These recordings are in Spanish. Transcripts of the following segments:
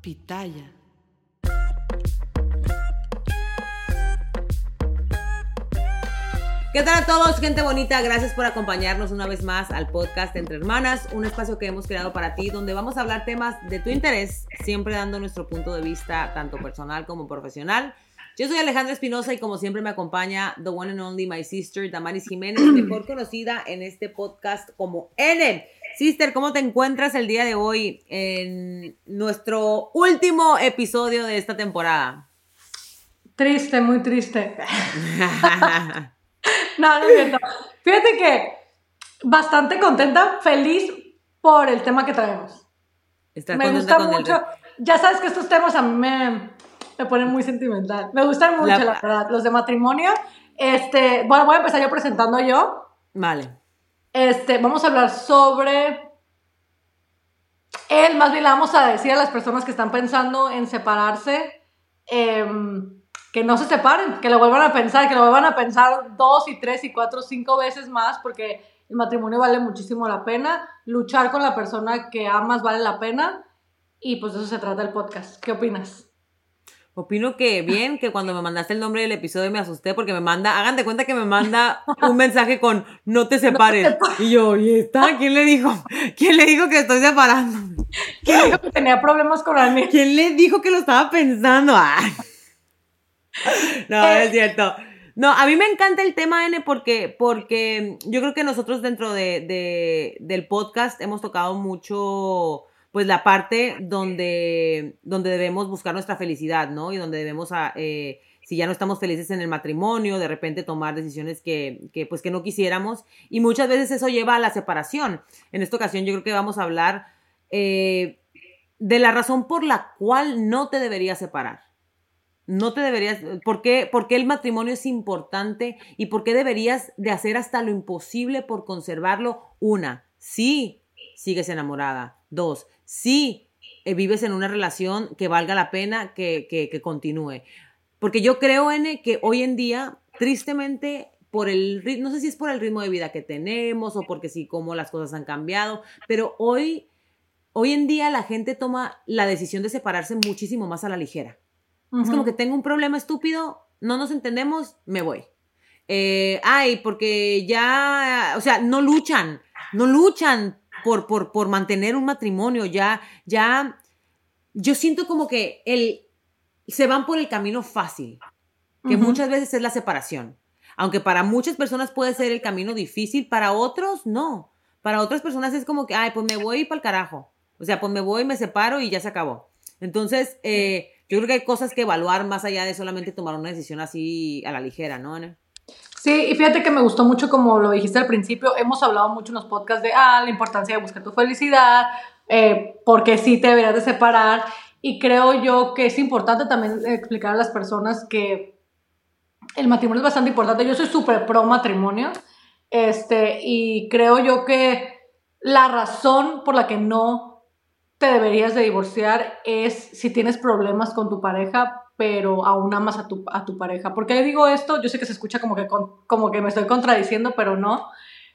Pitaya. ¿Qué tal a todos, gente bonita? Gracias por acompañarnos una vez más al podcast Entre Hermanas, un espacio que hemos creado para ti, donde vamos a hablar temas de tu interés, siempre dando nuestro punto de vista, tanto personal como profesional. Yo soy Alejandra Espinosa y como siempre me acompaña the one and only my sister, Damaris Jiménez, mejor conocida en este podcast como N. Sister, ¿cómo te encuentras el día de hoy en nuestro último episodio de esta temporada? Triste, muy triste. No es cierto. Fíjate que bastante contenta, feliz por el tema que traemos. Me gusta mucho. Ya sabes que estos temas a mí me ponen muy sentimental. Me gustan mucho, la verdad. Los de matrimonio. Bueno, voy a empezar yo presentando yo. Vale. Vamos a hablar sobre más bien le vamos a decir a las personas que están pensando en separarse, que no se separen, que lo vuelvan a pensar, 2 y 3 y 4, 5 veces más, porque el matrimonio vale muchísimo la pena, luchar con la persona que amas vale la pena, y pues de eso se trata el podcast. ¿Qué opinas? Opino que bien, que cuando me mandaste el nombre del episodio me asusté porque hagan de cuenta que me manda un mensaje con no te separes. Y yo, ¿y esta? ¿Quién le dijo? ¿Quién le dijo que estoy separando? ¿Quién dijo que tenía problemas con alguien? ¿Quién le dijo que lo estaba pensando? ¡Ay! No, es cierto. No, a mí me encanta el tema, N, porque yo creo que nosotros dentro del podcast hemos tocado mucho, pues, la parte donde debemos buscar nuestra felicidad, ¿no? Y donde debemos, si ya no estamos felices en el matrimonio, de repente tomar decisiones que no quisiéramos. Y muchas veces eso lleva a la separación. En esta ocasión yo creo que vamos a hablar de la razón por la cual no te deberías separar. No te deberías, ¿por qué el matrimonio es importante y por qué deberías de hacer hasta lo imposible por conservarlo? 1, sí sigues enamorada. 2, sí vives en una relación que valga la pena que continúe. Porque yo creo, N, que hoy en día, tristemente, no sé si es por el ritmo de vida que tenemos o porque sí, cómo las cosas han cambiado, pero hoy en día la gente toma la decisión de separarse muchísimo más a la ligera. Uh-huh. Es como que tengo un problema estúpido, no nos entendemos, me voy. Porque ya, o sea, no luchan por mantener un matrimonio, ya, yo siento como que se van por el camino fácil, que uh-huh. Muchas veces es la separación. Aunque para muchas personas puede ser el camino difícil, para otros no. Para otras personas es como que, pues me voy para el carajo. O sea, pues me voy, me separo y ya se acabó. Entonces, yo creo que hay cosas que evaluar más allá de solamente tomar una decisión así a la ligera, ¿no, Ana? Sí, y fíjate que me gustó mucho como lo dijiste al principio. Hemos hablado mucho en los podcasts de la importancia de buscar tu felicidad, porque sí te deberías de separar. Y creo yo que es importante también explicar a las personas que el matrimonio es bastante importante. Yo soy súper pro matrimonio, y creo yo que la razón por la que no te deberías de divorciar es si tienes problemas con tu pareja, pero aún amas a tu pareja. ¿Por qué digo esto? Yo sé que se escucha como que me estoy contradiciendo, pero no.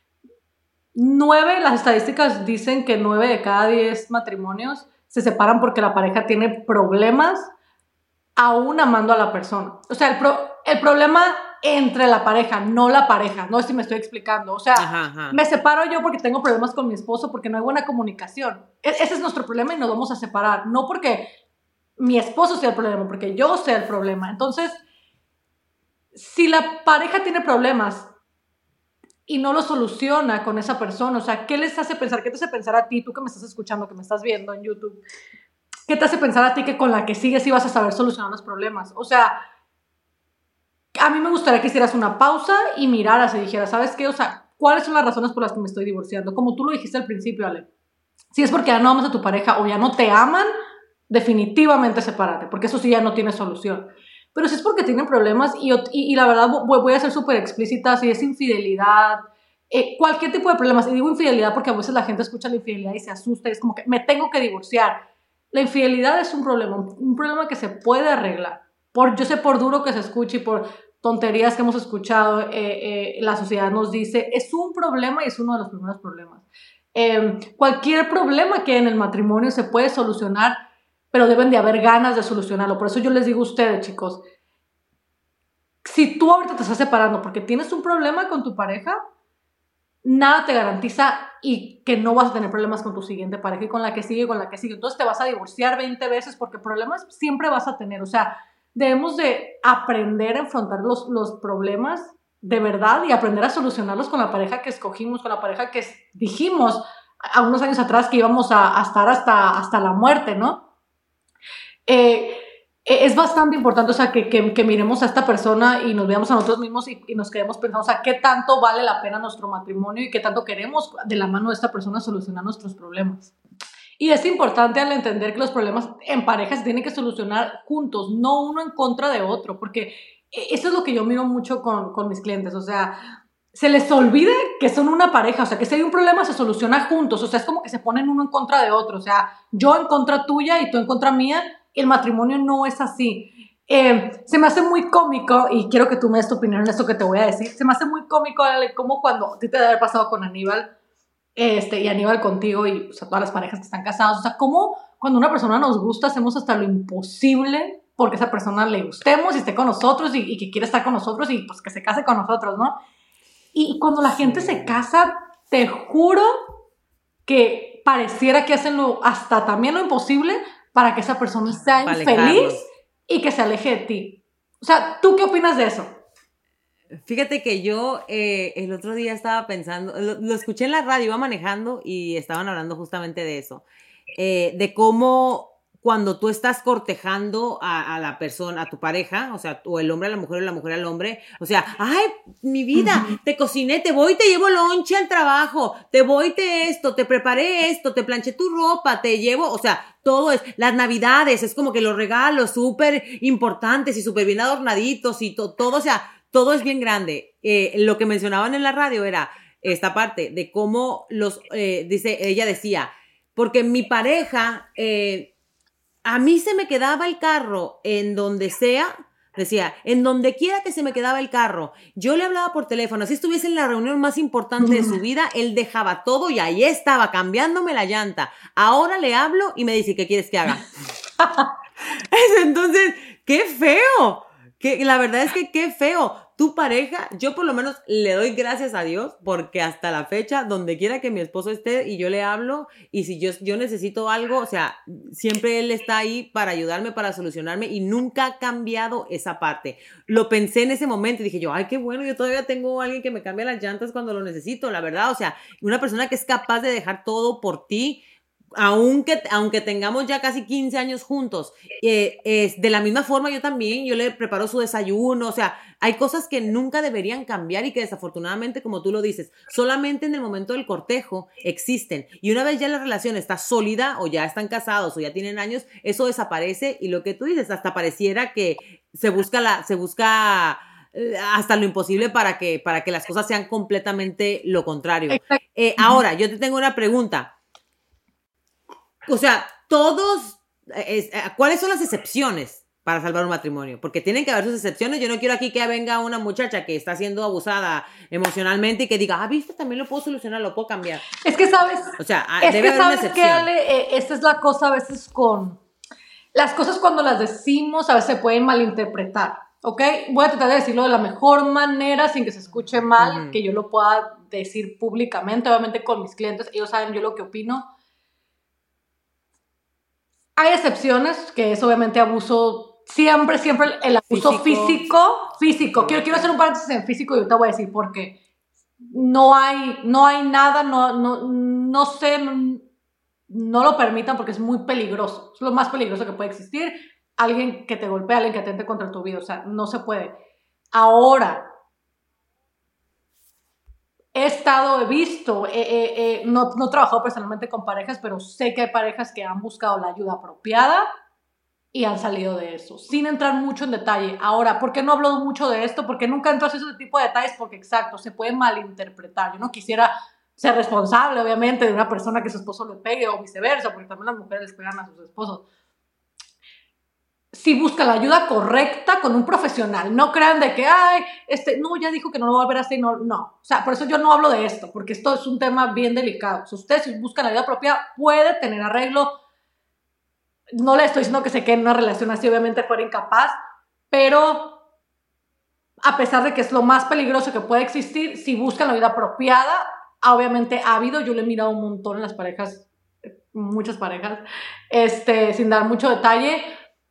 9, las estadísticas dicen que 9 de cada 10 matrimonios se separan porque la pareja tiene problemas aún amando a la persona. O sea, el problema entre la pareja, no la pareja. No sé si me estoy explicando. O sea, ajá. Me separo yo porque tengo problemas con mi esposo, porque no hay buena comunicación. Ese es nuestro problema y nos vamos a separar. No porque mi esposo sea el problema, porque yo sea el problema. Entonces, si la pareja tiene problemas y no lo soluciona con esa persona, o sea, ¿qué les hace pensar? ¿Qué te hace pensar a ti, tú que me estás escuchando, que me estás viendo en YouTube? ¿Qué te hace pensar a ti que con la que sigues sí vas a saber solucionar los problemas? O sea, a mí me gustaría que hicieras una pausa y miraras y dijeras, ¿sabes qué? O sea, ¿cuáles son las razones por las que me estoy divorciando? Como tú lo dijiste al principio, Ale. Si es porque ya no amas a tu pareja o ya no te aman, definitivamente sepárate, porque eso sí ya no tiene solución. Pero si es porque tienen problemas y la verdad voy a ser súper explícita, si es infidelidad, cualquier tipo de problemas, y digo infidelidad porque a veces la gente escucha la infidelidad y se asusta, y es como que me tengo que divorciar. La infidelidad es un problema que se puede arreglar. Yo sé por duro que se escuche y por tonterías que hemos escuchado, la sociedad nos dice, es un problema y es uno de los primeros problemas. Cualquier problema que hay en el matrimonio se puede solucionar pero deben de haber ganas de solucionarlo. Por eso yo les digo a ustedes, chicos, si tú ahorita te estás separando porque tienes un problema con tu pareja, nada te garantiza y que no vas a tener problemas con tu siguiente pareja y con la que sigue y con la que sigue. Entonces te vas a divorciar 20 veces porque problemas siempre vas a tener. O sea, debemos de aprender a enfrentar los problemas de verdad y aprender a solucionarlos con la pareja que escogimos, con la pareja que dijimos a unos años atrás que íbamos a estar hasta la muerte, ¿no? Es bastante importante, o sea, que miremos a esta persona y nos veamos a nosotros mismos y nos quedemos pensando, o sea, qué tanto vale la pena nuestro matrimonio y qué tanto queremos de la mano de esta persona solucionar nuestros problemas. Y es importante al entender que los problemas en pareja se tienen que solucionar juntos, no uno en contra de otro, porque eso es lo que yo miro mucho con mis clientes, o sea, se les olvida que son una pareja, o sea, que si hay un problema se soluciona juntos, o sea, es como que se ponen uno en contra de otro, o sea, yo en contra tuya y tú en contra mía. El matrimonio no es así. Se me hace muy cómico, y quiero que tú me des tu opinión en esto que te voy a decir, se me hace muy cómico como cuando a ti te debe haber pasado con Aníbal, y Aníbal contigo, y o sea, todas las parejas que están casadas, o sea, como cuando una persona nos gusta, hacemos hasta lo imposible porque a esa persona le gustemos y esté con nosotros y que quiere estar con nosotros y pues que se case con nosotros, ¿no? Y cuando la gente se casa, te juro que pareciera que hacen hasta también lo imposible para que esa persona sea infeliz y que se aleje de ti. O sea, ¿tú qué opinas de eso? Fíjate que yo el otro día estaba pensando, lo escuché en la radio, iba manejando y estaban hablando justamente de eso, de cómo cuando tú estás cortejando a la persona, a tu pareja, o sea, o el hombre a la mujer o la mujer al hombre, o sea, ay, mi vida, te cociné, te voy, te llevo lonche al trabajo, te voy, te preparé esto, te planché tu ropa, te llevo, o sea, todo es, las navidades, es como que los regalos súper importantes y súper bien adornaditos y todo, o sea, todo es bien grande. Lo que mencionaban en la radio era esta parte de cómo ella decía, porque mi pareja, a mí se me quedaba el carro en donde sea, decía, en donde quiera que se me quedaba el carro, yo le hablaba por teléfono, si estuviese en la reunión más importante de su vida, él dejaba todo y ahí estaba cambiándome la llanta. Ahora le hablo y me dice, ¿qué quieres que haga? Entonces, qué feo. La verdad es que qué feo. Tu pareja, yo por lo menos le doy gracias a Dios porque hasta la fecha, donde quiera que mi esposo esté y yo le hablo y si yo necesito algo, o sea, siempre él está ahí para ayudarme, para solucionarme y nunca ha cambiado esa parte. Lo pensé en ese momento y dije yo, ay, qué bueno, yo todavía tengo a alguien que me cambia las llantas cuando lo necesito, la verdad, o sea, una persona que es capaz de dejar todo por ti. Aunque tengamos ya casi 15 años juntos, de la misma forma yo le preparo su desayuno, o sea, hay cosas que nunca deberían cambiar y que desafortunadamente, como tú lo dices, solamente en el momento del cortejo existen y una vez ya la relación está sólida o ya están casados o ya tienen años, eso desaparece y lo que tú dices, hasta pareciera que se busca hasta lo imposible para que las cosas sean completamente lo contrario. Ahora, yo te tengo una pregunta. O sea, ¿cuáles son las excepciones para salvar un matrimonio? Porque tienen que haber sus excepciones. Yo no quiero aquí que venga una muchacha que está siendo abusada emocionalmente y que diga, viste, también lo puedo solucionar, lo puedo cambiar. Es que sabes, o sea, debe haber una excepción. Ale, esta es la cosa a veces con las cosas cuando las decimos a veces se pueden malinterpretar, ¿ok? Voy a tratar de decirlo de la mejor manera sin que se escuche mal, que yo lo pueda decir públicamente, obviamente con mis clientes, ellos saben yo lo que opino. Hay excepciones, que es obviamente abuso, siempre el abuso físico. Quiero hacer un paréntesis en físico y ahorita voy a decir por qué. No hay nada, no sé, no lo permitan porque es muy peligroso. Es lo más peligroso que puede existir. Alguien que te golpea, alguien que atente contra tu vida, o sea, no se puede. Ahora, he visto, no he trabajado personalmente con parejas, pero sé que hay parejas que han buscado la ayuda apropiada y han salido de eso, sin entrar mucho en detalle. Ahora, ¿por qué no hablo mucho de esto? Porque nunca entro a ese tipo de detalles, porque exacto, se puede malinterpretar. Yo no quisiera ser responsable, obviamente, de una persona que su esposo le pegue o viceversa, porque también las mujeres les pegan a sus esposos. Si busca la ayuda correcta con un profesional, no crean de que, no, ya dijo que no lo va a volver a hacer, no, o sea, por eso yo no hablo de esto, porque esto es un tema bien delicado. Si ustedes buscan la ayuda propia, puede tener arreglo no le estoy diciendo que se quede en una relación así, obviamente fuera incapaz, pero a pesar de que es lo más peligroso que puede existir, si buscan la vida apropiada, obviamente ha habido, yo lo he mirado un montón en las parejas, muchas parejas, sin dar mucho detalle,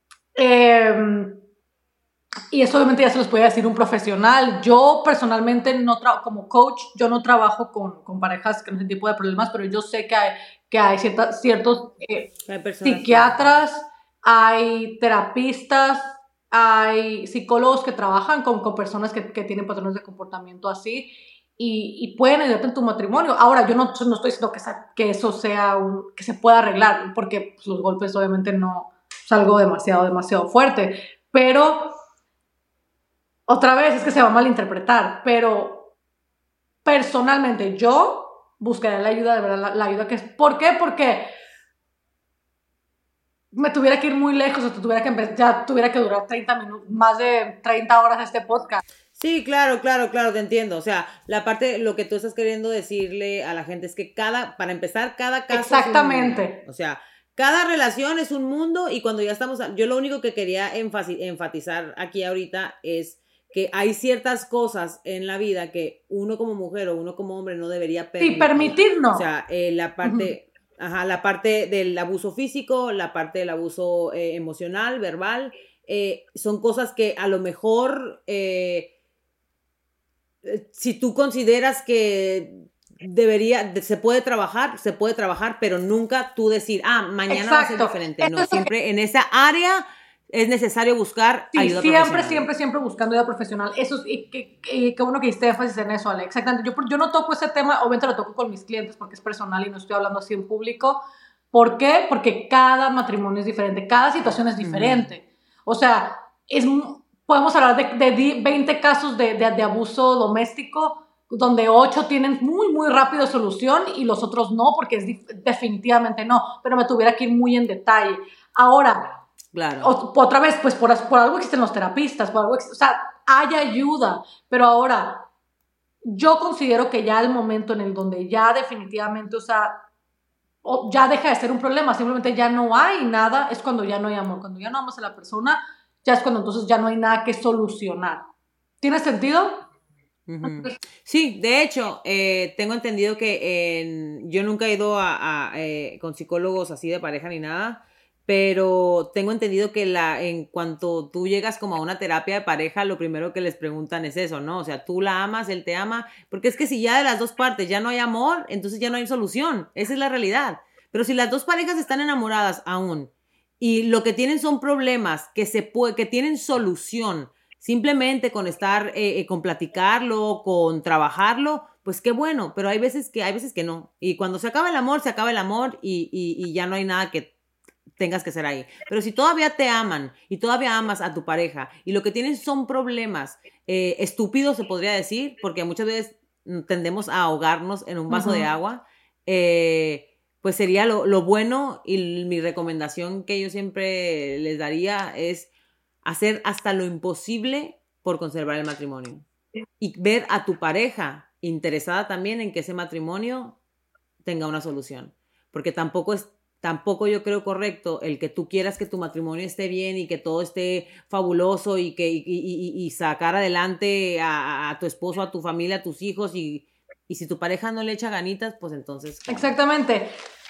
y eso obviamente ya se los puede decir un profesional. Yo personalmente, como coach, yo no trabajo con parejas con ese tipo de problemas, pero yo sé que hay ciertos psiquiatras, hay terapistas, hay psicólogos que trabajan con personas que tienen patrones de comportamiento así y pueden ayudarte en tu matrimonio. Ahora, yo no estoy diciendo que eso sea que se pueda arreglar, porque pues, los golpes obviamente no es algo demasiado fuerte, pero otra vez es que se va a malinterpretar, pero personalmente yo buscaría la ayuda, de verdad, la ayuda que es. ¿Por qué? Porque me tuviera que ir muy lejos o ya tuviera que durar 30 minutos, más de 30 horas este podcast. Sí, claro, te entiendo. O sea, lo que tú estás queriendo decirle a la gente es que para empezar, cada caso exactamente. Es un mundo. O sea, cada relación es un mundo y cuando ya yo lo único que quería enfatizar aquí ahorita es que hay ciertas cosas en la vida que uno como mujer o uno como hombre no debería permitir. Sí, permitirnos. O sea, la parte del abuso físico, la parte del abuso emocional, verbal, son cosas que a lo mejor si tú consideras que se puede trabajar, pero nunca tú decir, mañana va a ser diferente. No, siempre en esa área es necesario buscar ayuda profesional. Siempre buscando ayuda profesional. Eso es, qué bueno que hiciste énfasis en eso, Ale. Exactamente. Yo no toco ese tema, obviamente lo toco con mis clientes porque es personal y no estoy hablando así en público. ¿Por qué? Porque cada matrimonio es diferente, cada situación es diferente. O sea, podemos hablar de 20 casos de abuso doméstico, donde 8 tienen muy rápido solución y los otros no, porque definitivamente no. Pero me tuviera que ir muy en detalle. Ahora, claro. Otra vez, pues por algo existen los terapistas, o sea, hay ayuda, pero ahora, yo considero que ya el momento en el donde ya definitivamente, o sea, ya deja de ser un problema, simplemente ya no hay nada, es cuando ya no hay amor, cuando ya no amas a la persona, ya es cuando entonces ya no hay nada que solucionar. ¿Tiene sentido? Uh-huh. Sí, de hecho, tengo entendido que yo nunca he ido con psicólogos así de pareja ni nada, pero tengo entendido que en cuanto tú llegas como a una terapia de pareja, lo primero que les preguntan es eso, ¿no? O sea, tú la amas, él te ama, porque es que si ya de las dos partes ya no hay amor, entonces ya no hay solución, esa es la realidad. Pero si las dos parejas están enamoradas aún y lo que tienen son problemas que tienen solución, simplemente con con platicarlo, con trabajarlo, pues qué bueno, pero hay veces que no. Y cuando se acaba el amor y ya no hay nada que tengas que hacer ahí. Pero si todavía te aman y todavía amas a tu pareja y lo que tienen son problemas estúpidos, se podría decir, porque muchas veces tendemos a ahogarnos en un vaso de agua, pues sería lo bueno y mi recomendación que yo siempre les daría es hacer hasta lo imposible por conservar el matrimonio y ver a tu pareja interesada también en que ese matrimonio tenga una solución, porque tampoco yo creo correcto el que tú quieras que tu matrimonio esté bien y que todo esté fabuloso y sacar adelante a tu esposo, a tu familia, a tus hijos y si tu pareja no le echa ganitas, pues entonces... Exactamente.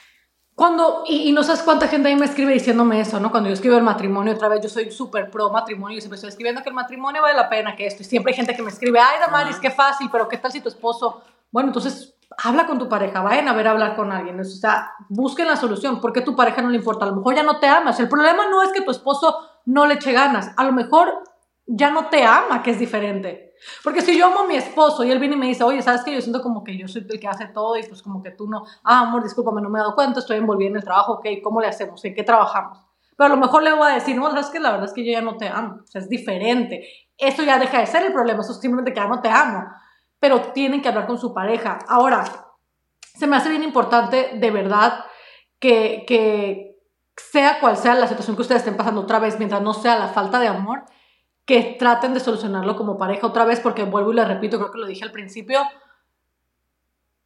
Y no sabes cuánta gente ahí me escribe diciéndome eso, ¿no? Cuando yo escribo el matrimonio, otra vez, yo soy súper pro matrimonio, y siempre estoy escribiendo que el matrimonio vale la pena, que esto, y siempre hay gente que me escribe, ay, Damaris, qué fácil, pero ¿qué tal si tu esposo? Bueno, entonces, habla con tu pareja, vayan a hablar con alguien, o sea, busquen la solución, porque a tu pareja no le importa, a lo mejor ya no te amas, el problema no es que tu esposo no le eche ganas, a lo mejor ya no te ama, que es diferente. Porque si yo amo a mi esposo y él viene y me dice, oye, ¿sabes qué? Yo siento como que yo soy el que hace todo y pues como que tú no, amor, discúlpame, no me he dado cuenta, estoy envolvida en el trabajo, ok, ¿cómo le hacemos? ¿En qué trabajamos? Pero a lo mejor le voy a decir, no, ¿sabes qué? La verdad es que yo ya no te amo, o sea, es diferente. Eso ya deja de ser el problema, eso es simplemente que ya no te amo. Pero tienen que hablar con su pareja. Ahora, se me hace bien importante, de verdad, que sea cual sea la situación que ustedes estén pasando otra vez, mientras no sea la falta de amor, que traten de solucionarlo como pareja otra vez, porque vuelvo y le repito, creo que lo dije al principio,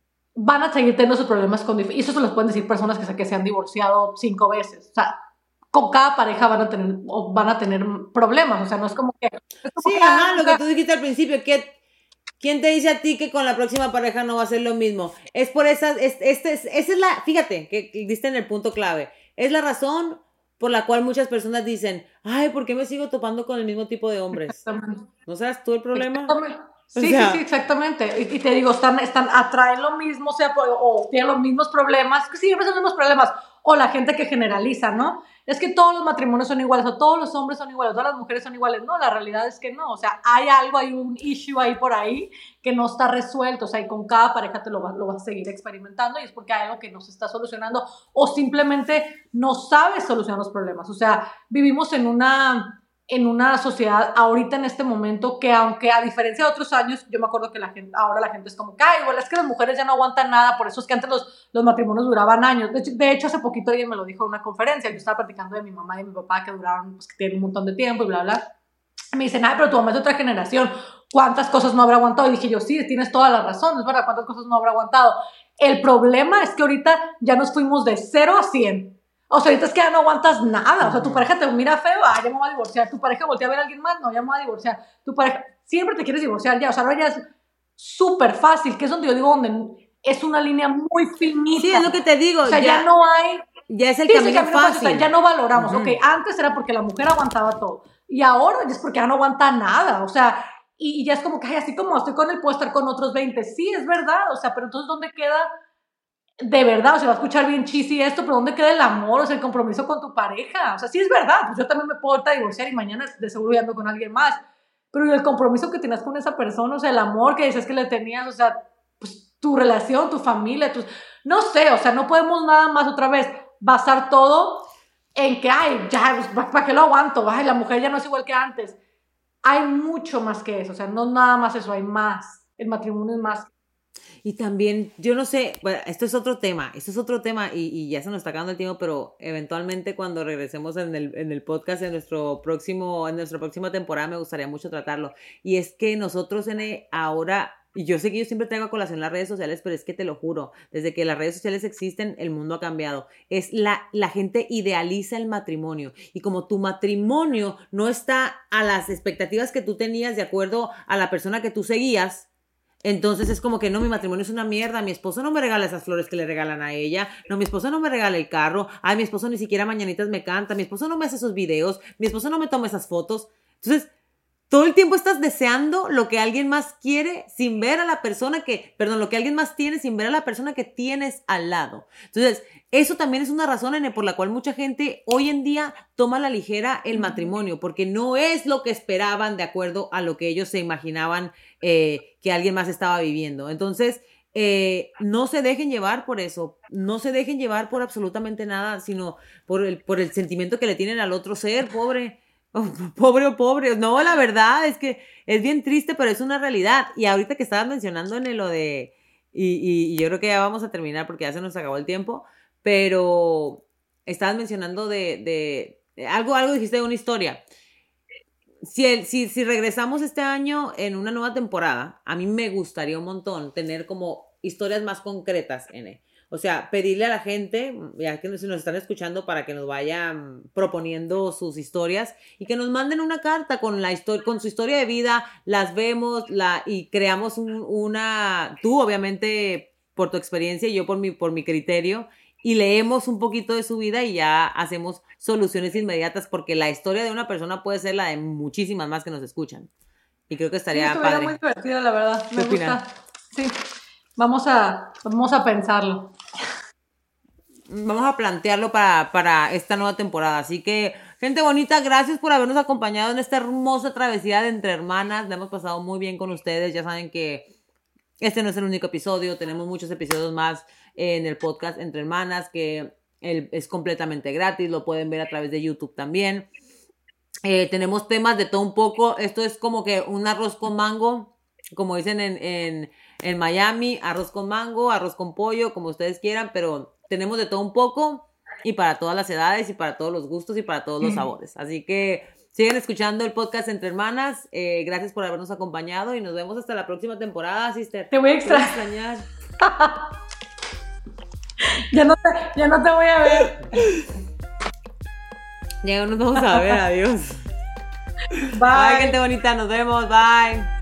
van a seguir teniendo sus problemas y eso se los pueden decir personas que se han divorciado 5 veces. O sea, con cada pareja van a tener problemas, o sea, no es como que... Sí, ajá, lo que tú dijiste al principio, ¿quién te dice a ti que con la próxima pareja no va a ser lo mismo? Es por esa es la, fíjate, que diste en el punto clave, es la razón por la cual muchas personas dicen, ay, ¿por qué me sigo topando con el mismo tipo de hombres? Exactamente. ¿No sabes tú el problema? Exactamente. Sí, sí, exactamente. Y te digo, atraen lo mismo, o tienen los mismos problemas, que siempre son los mismos problemas. O la gente que generaliza, ¿no? Es que todos los matrimonios son iguales, o todos los hombres son iguales, todas las mujeres son iguales. No, la realidad es que no. O sea, hay un issue ahí por ahí que no está resuelto. O sea, y con cada pareja lo vas a seguir experimentando, y es porque hay algo que no se está solucionando, o simplemente no sabes solucionar los problemas. O sea, vivimos en una sociedad ahorita en este momento que, aunque a diferencia de otros años, yo me acuerdo que ahora la gente es como que, ay, bueno, es que las mujeres ya no aguantan nada, por eso es que antes los matrimonios duraban años. De hecho, hace poquito alguien me lo dijo en una conferencia, yo estaba platicando de mi mamá y de mi papá que duraron, pues, que tienen un montón de tiempo y bla, bla. Me dicen, ay, pero tu mamá es de otra generación, ¿cuántas cosas no habrá aguantado? Y dije yo, sí, tienes toda la razón, es verdad, ¿cuántas cosas no habrá aguantado? El problema es que ahorita ya nos fuimos de 0 a 100. O sea, ahorita es que ya no aguantas nada. O sea, tu pareja te mira feo, ya me voy a divorciar. Tu pareja voltea a ver a alguien más, no, ya me voy a divorciar. Tu pareja, siempre te quieres divorciar ya. O sea, ahora ya es súper fácil, que es donde yo digo, donde es una línea muy finita. Sí, es lo que te digo. O sea, ya no hay... Ya es el camino fácil. O sea, ya no valoramos. Ok, antes era porque la mujer aguantaba todo. Y ahora ya es porque ya no aguanta nada. O sea, y ya es como que, ay, así como estoy con él, puedo estar con otros 20. Sí, es verdad. O sea, pero entonces, ¿dónde queda... De verdad, o sea, va a escuchar bien cheesy esto, pero ¿dónde queda el amor, o sea, el compromiso con tu pareja? O sea, sí es verdad, pues yo también me puedo ahorita divorciar y mañana de seguro ya ando con alguien más, pero el compromiso que tenías con esa persona, o sea, el amor que decías que le tenías, o sea, pues tu relación, tu familia, no sé, o sea, no podemos nada más otra vez basar todo en que, ay, ya, pues, ¿para qué lo aguanto? Ay, la mujer ya no es igual que antes. Hay mucho más que eso, o sea, no nada más eso, hay más. El matrimonio es más. Y también, yo no sé, bueno, esto es otro tema y ya se nos está acabando el tiempo, pero eventualmente cuando regresemos en el podcast, en nuestra próxima temporada, me gustaría mucho tratarlo. Y es que nosotros ahora, y yo sé que yo siempre traigo a colación las redes sociales, pero es que te lo juro, desde que las redes sociales existen, el mundo ha cambiado. La gente idealiza el matrimonio, y como tu matrimonio no está a las expectativas que tú tenías de acuerdo a la persona que tú seguías, entonces es como que no, mi matrimonio es una mierda, mi esposo no me regala esas flores que le regalan a ella, no, mi esposo no me regala el carro, ay, mi esposo ni siquiera mañanitas me canta, mi esposo no me hace esos videos, mi esposo no me toma esas fotos. Entonces, todo el tiempo estás deseando lo que alguien más quiere sin ver a la persona lo que alguien más tiene sin ver a la persona que tienes al lado. Entonces, eso también es una razón, por la cual mucha gente hoy en día toma a la ligera el matrimonio, porque no es lo que esperaban de acuerdo a lo que ellos se imaginaban que alguien más estaba viviendo. Entonces, no se dejen llevar por eso, no se dejen llevar por absolutamente nada, sino por el sentimiento que le tienen al otro ser, pobre o pobre. No, la verdad es que es bien triste, pero es una realidad. Y ahorita que estabas mencionando en lo de... Y yo creo que ya vamos a terminar porque ya se nos acabó el tiempo, pero estabas mencionando de algo dijiste de una historia. Si regresamos este año en una nueva temporada, a mí me gustaría un montón tener como historias más concretas, O sea, pedirle a la gente, ya que nos están escuchando, para que nos vayan proponiendo sus historias y que nos manden una carta con su historia de vida, las vemos y creamos tú obviamente por tu experiencia y yo por mi criterio, y leemos un poquito de su vida y ya hacemos soluciones inmediatas, porque la historia de una persona puede ser la de muchísimas más que nos escuchan. Y creo que estaría padre. Muy divertido, la verdad. Me gusta. Sí. Vamos a pensarlo. Vamos a plantearlo para esta nueva temporada. Así que, gente bonita, gracias por habernos acompañado en esta hermosa travesía de Entre Hermanas. La hemos pasado muy bien con ustedes. Ya saben que este no es el único episodio. Tenemos muchos episodios más en el podcast Entre Hermanas, que es completamente gratis. Lo pueden ver a través de YouTube también. Tenemos temas de todo un poco. Esto es como que un arroz con mango, como dicen en Miami, arroz con mango, arroz con pollo, como ustedes quieran, pero tenemos de todo un poco y para todas las edades y para todos los gustos y para todos los sabores. Así que sigan escuchando el podcast Entre Hermanas. Gracias por habernos acompañado y nos vemos hasta la próxima temporada, sister. Te voy a extrañar. ya no te voy a ver. Ya nos vamos a ver, adiós. Bye. Bye, gente bonita, nos vemos, bye.